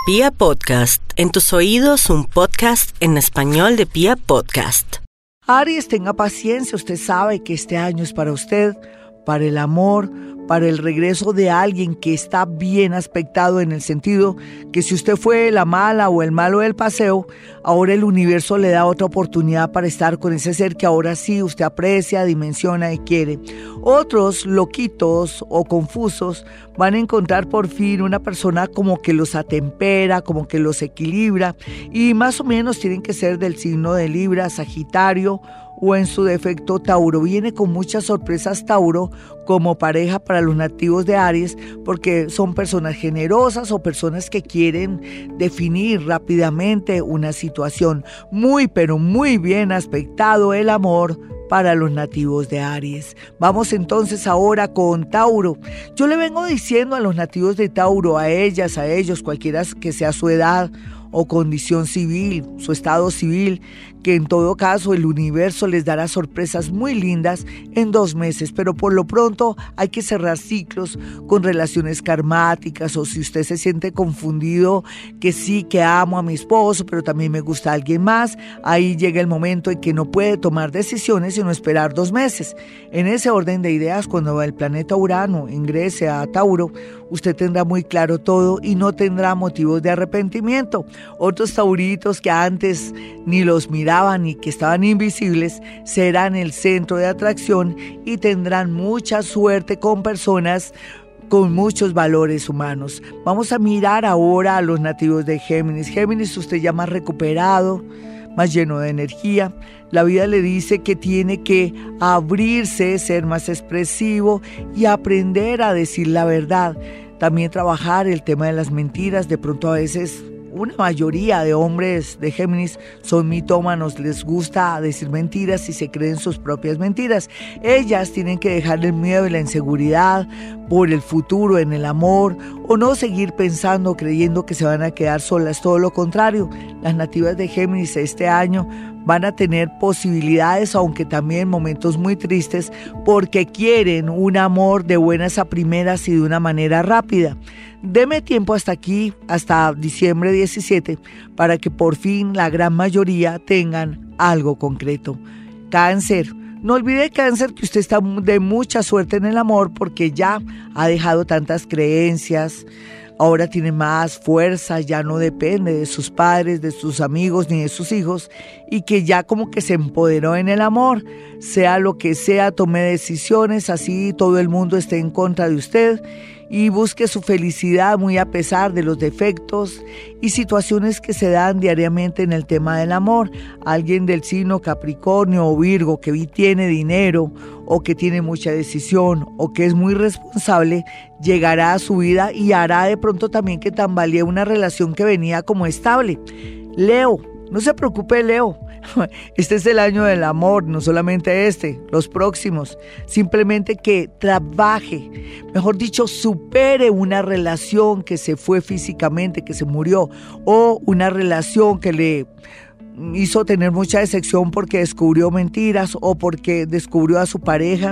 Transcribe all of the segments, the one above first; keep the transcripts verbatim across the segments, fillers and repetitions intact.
Pia Podcast, en tus oídos un podcast en español de Pia Podcast. Aries, tenga paciencia, usted sabe que este año es para usted, para el amor, para el regreso de alguien que está bien aspectado, en el sentido que si usted fue la mala o el malo del paseo, ahora el universo le da otra oportunidad para estar con ese ser que ahora sí usted aprecia, dimensiona y quiere. Otros loquitos o confusos van a encontrar por fin una persona como que los atempera, como que los equilibra, y más o menos tienen que ser del signo de Libra, Sagitario o en su defecto Tauro. Viene con muchas sorpresas Tauro como pareja para los nativos de Aries, porque son personas generosas o personas que quieren definir rápidamente una situación. Muy pero muy bien aspectado el amor para los nativos de Aries. Vamos entonces ahora con Tauro. Yo le vengo diciendo a los nativos de Tauro, a ellas, a ellos, cualquiera que sea su edad o condición civil, su estado civil, que en todo caso el universo les dará sorpresas muy lindas en dos meses, pero por lo pronto hay que cerrar ciclos con relaciones karmáticas, o si usted se siente confundido, que sí, que amo a mi esposo, pero también me gusta alguien más, ahí llega el momento en que no puede tomar decisiones sino esperar dos meses. En ese orden de ideas, cuando el planeta Urano ingrese a Tauro, usted tendrá muy claro todo y no tendrá motivos de arrepentimiento. Otros tauritos que antes ni los miraban y que estaban invisibles serán el centro de atracción y tendrán mucha suerte con personas con muchos valores humanos. Vamos a mirar ahora a los nativos de Géminis. Géminis, usted ya más recuperado, más lleno de energía. La vida le dice que tiene que abrirse, ser más expresivo y aprender a decir la verdad. También trabajar el tema de las mentiras. De pronto a veces una mayoría de hombres de Géminis son mitómanos, les gusta decir mentiras y se creen sus propias mentiras. Ellas tienen que dejar el miedo y la inseguridad por el futuro en el amor, o no seguir pensando, creyendo que se van a quedar solas. Todo lo contrario, las nativas de Géminis este año van a tener posibilidades, aunque también momentos muy tristes, porque quieren un amor de buenas a primeras y de una manera rápida. Deme tiempo hasta aquí, hasta diciembre diecisiete, para que por fin la gran mayoría tengan algo concreto. Cáncer. No olvide, Cáncer, que usted está de mucha suerte en el amor, porque ya ha dejado tantas creencias. Ahora tiene más fuerza, ya no depende de sus padres, de sus amigos ni de sus hijos, y que ya como que se empoderó en el amor. Sea lo que sea, tome decisiones, así todo el mundo esté en contra de usted, y busque su felicidad muy a pesar de los defectos y situaciones que se dan diariamente en el tema del amor. Alguien del signo Capricornio o Virgo que tiene dinero o que tiene mucha decisión o que es muy responsable, llegará a su vida y hará de pronto también que tambalee una relación que venía como estable. Leo, no se preocupe, Leo. Este es el año del amor, no solamente este, los próximos. Simplemente que trabaje, mejor dicho, supere una relación que se fue físicamente, que se murió, o una relación que le hizo tener mucha decepción porque descubrió mentiras o porque descubrió a su pareja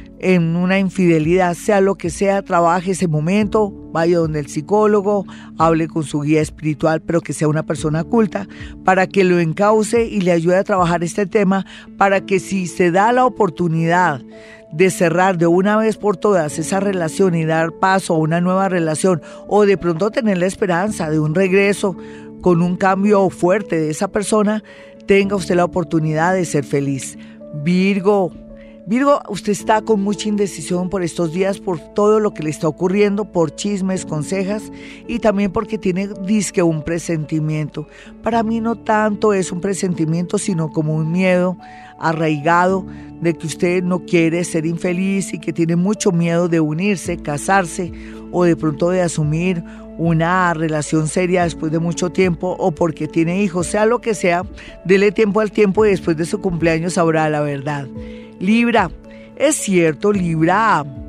en una infidelidad. Sea lo que sea, trabaje ese momento, vaya donde el psicólogo, hable con su guía espiritual, pero que sea una persona culta, para que lo encauce y le ayude a trabajar este tema, para que si se da la oportunidad de cerrar de una vez por todas esa relación y dar paso a una nueva relación, o de pronto tener la esperanza de un regreso con un cambio fuerte de esa persona, tenga usted la oportunidad de ser feliz. Virgo, Virgo, usted está con mucha indecisión por estos días, por todo lo que le está ocurriendo, por chismes, consejas, y también porque tiene dizque un presentimiento. Para mí no tanto es un presentimiento, sino como un miedo arraigado de que usted no quiere ser infeliz y que tiene mucho miedo de unirse, casarse o de pronto de asumir una relación seria después de mucho tiempo, o porque tiene hijos. Sea lo que sea, dele tiempo al tiempo y después de su cumpleaños sabrá la verdad. Libra, es cierto, Libra,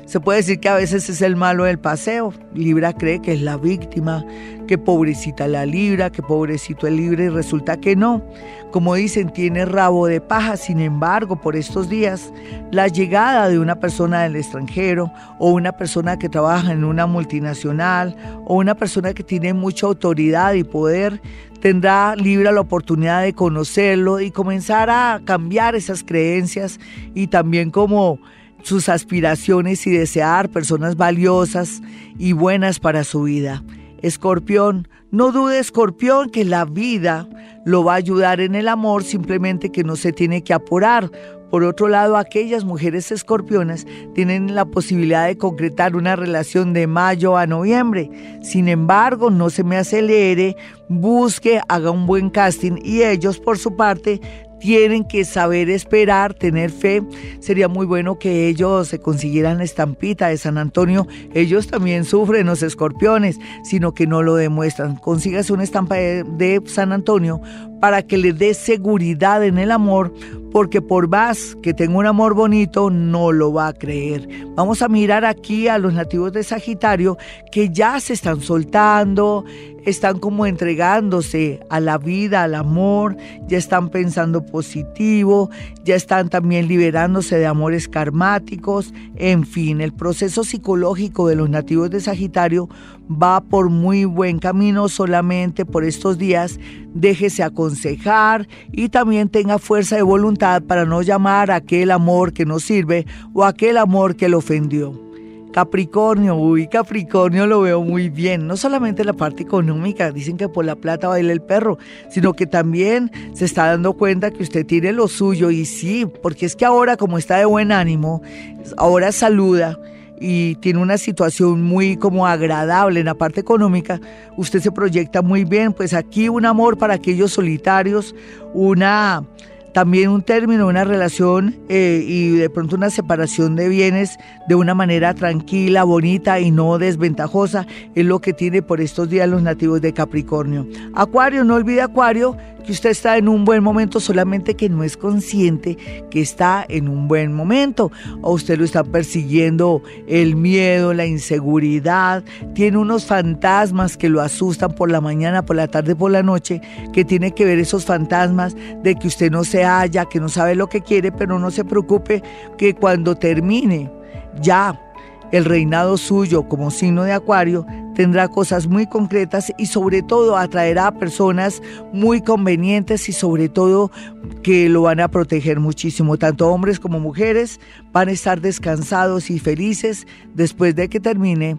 Se puede decir que a veces es el malo del paseo. Libra cree que es la víctima, que pobrecita la Libra, que pobrecito el Libra, y resulta que no. Como dicen, tiene rabo de paja. Sin embargo, por estos días, la llegada de una persona del extranjero o una persona que trabaja en una multinacional o una persona que tiene mucha autoridad y poder, tendrá Libra la oportunidad de conocerlo y comenzar a cambiar esas creencias y también como sus aspiraciones y desear personas valiosas y buenas para su vida. Escorpión, no dude, Escorpión, que la vida lo va a ayudar en el amor, simplemente que no se tiene que apurar. Por otro lado, aquellas mujeres escorpionas tienen la posibilidad de concretar una relación de mayo a noviembre. Sin embargo, no se me acelere, busque, haga un buen casting y ellos, por su parte, tienen que saber esperar, tener fe. Sería muy bueno que ellos se consiguieran la estampita de San Antonio. Ellos también sufren, los escorpiones, sino que no lo demuestran. Consígase una estampa de, de San Antonio para que le dé seguridad en el amor, porque por más que tenga un amor bonito, no lo va a creer. Vamos a mirar aquí a los nativos de Sagitario que ya se están soltando, están como entregándose a la vida, al amor, ya están pensando positivo, ya están también liberándose de amores karmáticos. En fin, el proceso psicológico de los nativos de Sagitario va por muy buen camino. Solamente por estos días déjese aconsejar y también tenga fuerza de voluntad para no llamar a aquel amor que no sirve o a aquel amor que lo ofendió. Capricornio, uy, Capricornio lo veo muy bien, no solamente la parte económica, dicen que por la plata baila el perro, sino que también se está dando cuenta que usted tiene lo suyo, y sí, porque es que ahora como está de buen ánimo, ahora saluda y tiene una situación muy como agradable en la parte económica, usted se proyecta muy bien. Pues aquí un amor para aquellos solitarios, una... también un término, una relación eh, y de pronto una separación de bienes de una manera tranquila, bonita y no desventajosa, es lo que tiene por estos días los nativos de Capricornio. Acuario, no olvide, Acuario, que usted está en un buen momento, solamente que no es consciente que está en un buen momento, o usted lo está persiguiendo el miedo, la inseguridad, tiene unos fantasmas que lo asustan por la mañana, por la tarde, por la noche, que tiene que ver esos fantasmas de que usted no se halla, que no sabe lo que quiere, pero no se preocupe, que cuando termine ya el reinado suyo como signo de Acuario, tendrá cosas muy concretas y sobre todo atraerá a personas muy convenientes y sobre todo que lo van a proteger muchísimo. Tanto hombres como mujeres van a estar descansados y felices después de que termine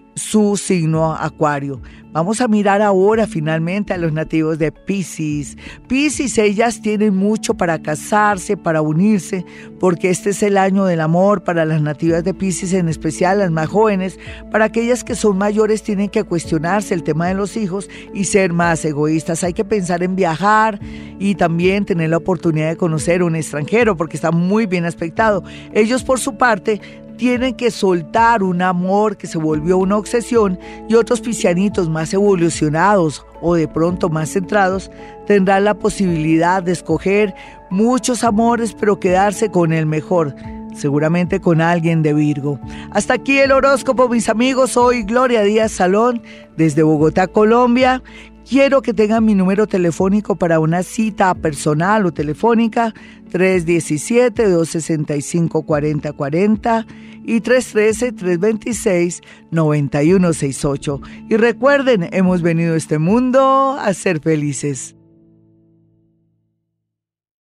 su signo Acuario. Vamos a mirar ahora finalmente a los nativos de Piscis. Piscis, ellas tienen mucho para casarse, para unirse, porque este es el año del amor para las nativas de Piscis, en especial las más jóvenes. Para aquellas que son mayores tienen que cuestionarse el tema de los hijos y ser más egoístas. Hay que pensar en viajar y también tener la oportunidad de conocer a un extranjero, porque está muy bien aspectado. Ellos, por su parte, tienen que soltar un amor que se volvió una obsesión, y otros piscianitos más evolucionados o de pronto más centrados tendrán la posibilidad de escoger muchos amores, pero quedarse con el mejor, seguramente con alguien de Virgo. Hasta aquí el horóscopo, mis amigos. Soy Gloria Díaz Salón desde Bogotá, Colombia. Quiero que tengan mi número telefónico para una cita personal o telefónica, tres uno siete, dos seis cinco, cuatro cero cuatro cero y tres uno tres, tres dos seis, nueve uno seis ocho. Y recuerden, hemos venido a este mundo a ser felices.